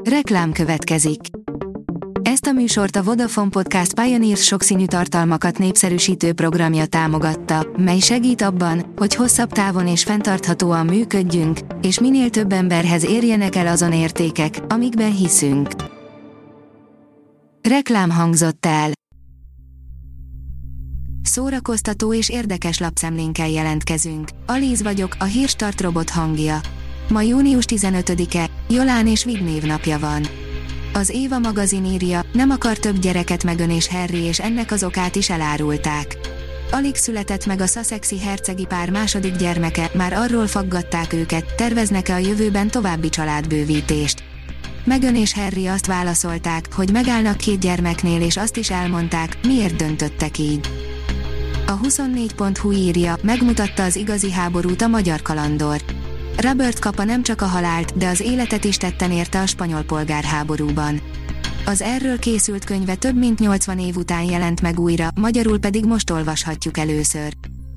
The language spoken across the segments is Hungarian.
Reklám következik. Ezt a műsort a Vodafone Podcast Pioneers sokszínű tartalmakat népszerűsítő programja támogatta, mely segít abban, hogy hosszabb távon és fenntarthatóan működjünk, és minél több emberhez érjenek el azon értékek, amikben hiszünk. Reklám hangzott el. Szórakoztató és érdekes lapszemlénkkel jelentkezünk. Alíz vagyok, a Hírstart robot hangja. Ma június 15-e, Jolán és Vid névnapja van. Az Éva magazin írja, nem akar több gyereket Meghan és Harry, és ennek az okát is elárulták. Alig született meg a sussexi hercegi pár második gyermeke, már arról faggatták őket, terveznek-e a jövőben további családbővítést. Meghan és Harry azt válaszolták, hogy megállnak 2 gyermeknél, és azt is elmondták, miért döntöttek így. A 24.hu írja, megmutatta az igazi háborút a magyar kalandor. Robert Capa nem csak a halált, de az életet is tetten érte a spanyol polgárháborúban. Az erről készült könyve több mint 80 év után jelent meg újra, magyarul pedig most olvashatjuk először.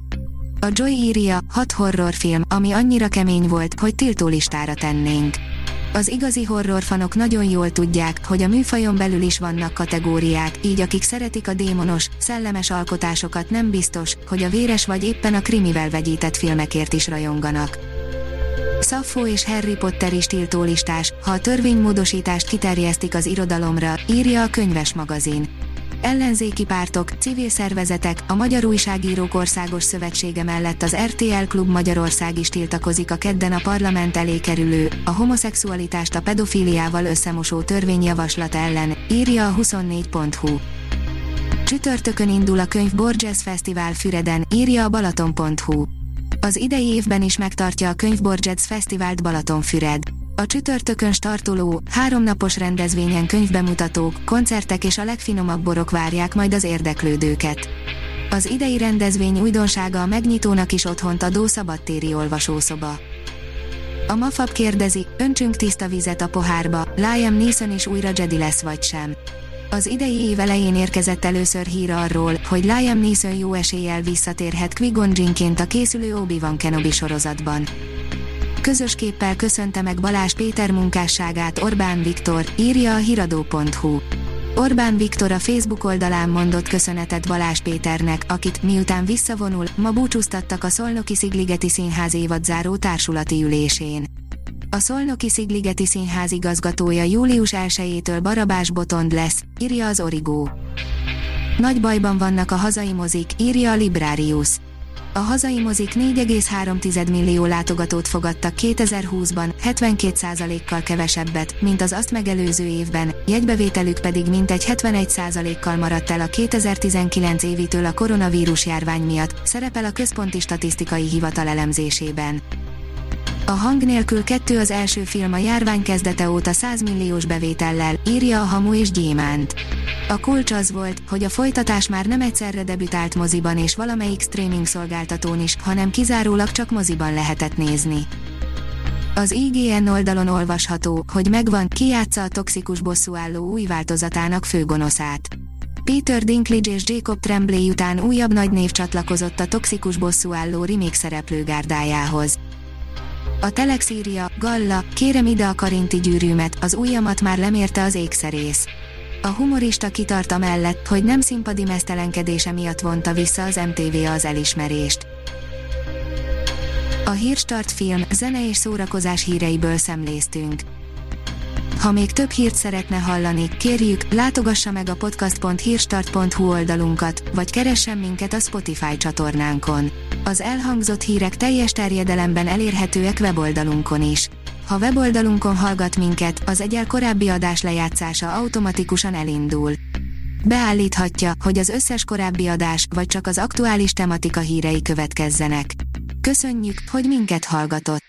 A Joy írja, 6 horrorfilm, ami annyira kemény volt, hogy tiltólistára tennénk. Az igazi horrorfanok nagyon jól tudják, hogy a műfajon belül is vannak kategóriák, így akik szeretik a démonos, szellemes alkotásokat, nem biztos, hogy a véres vagy éppen a krimivel vegyített filmekért is rajonganak. Sappho és Harry Potter is tiltólistás, ha a törvénymódosítást kiterjesztik az irodalomra, írja a Könyves magazin. Ellenzéki pártok, civil szervezetek, a Magyar Újságírók Országos Szövetsége mellett az RTL Klub Magyarország is tiltakozik a kedden a parlament elé kerülő, a homoszexualitást a pedofíliával összemosó törvényjavaslat ellen, írja a 24.hu. Csütörtökön indul a Könyv Borges Fesztivál Füreden, írja a Balaton.hu. Az idei évben is megtartja a Könyv Borges Fesztivált Balatonfüred. A csütörtökön startoló, 3 napos rendezvényen könyvbemutatók, koncertek és a legfinomabb borok várják majd az érdeklődőket. Az idei rendezvény újdonsága a megnyitónak is otthont adó szabadtéri olvasószoba. A Mafab kérdezi, öntsünk tiszta vizet a pohárba, Liam Neeson is újra Jedi lesz vagy sem. Az idei év elején érkezett először hír arról, hogy Liam Neeson jó eséllyel visszatérhet Qui-Gon Jinnként a készülő Obi-Wan Kenobi sorozatban. Közös képpel köszönte meg Balázs Péter munkásságát Orbán Viktor, írja a hiradó.hu. Orbán Viktor a Facebook oldalán mondott köszönetet Balázs Péternek, akit, miután visszavonul, ma búcsúztattak a Szolnoki Szigligeti Színház évadzáró társulati ülésén. A Szolnoki Szigligeti Színház igazgatója július 1-től Barabás Botond lesz, írja az Origo. Nagy bajban vannak a hazai mozik, írja a Librarius. A hazai mozik 4,3 millió látogatót fogadtak 2020-ban, 72%-kal kevesebbet, mint az azt megelőző évben, jegybevételük pedig mintegy 71%-kal maradt el a 2019 évitől a koronavírus járvány miatt, szerepel a Központi Statisztikai Hivatal elemzésében. A Hang nélkül 2 az első film a járvány kezdete óta 100 milliós bevétellel, írja a Hamu és Gyémánt. A kulcs az volt, hogy a folytatás már nem egyszerre debütált moziban és valamelyik streaming szolgáltatón is, hanem kizárólag csak moziban lehetett nézni. Az IGN oldalon olvasható, hogy megvan, ki játsza a Toxikus bosszúálló új változatának főgonoszát. Peter Dinklage és Jacob Tremblay után újabb nagy név csatlakozott a Toxikus bosszúálló remake szereplőgárdájához. A Telex írja, Galla, kérem ide a karinti gyűrűmet, az ujjamat már lemérte az ékszerész. A humorista kitart amellett, hogy nem színpadi meztelenkedése miatt vonta vissza az MTV az elismerést. A Hírstart film, zene és szórakozás híreiből szemléztünk. Ha még több hírt szeretne hallani, kérjük, látogassa meg a podcast.hírstart.hu oldalunkat, vagy keressen minket a Spotify csatornánkon. Az elhangzott hírek teljes terjedelemben elérhetőek weboldalunkon is. Ha weboldalunkon hallgat minket, az egyel korábbi adás lejátszása automatikusan elindul. Beállíthatja, hogy az összes korábbi adás, vagy csak az aktuális tematika hírei következzenek. Köszönjük, hogy minket hallgatott!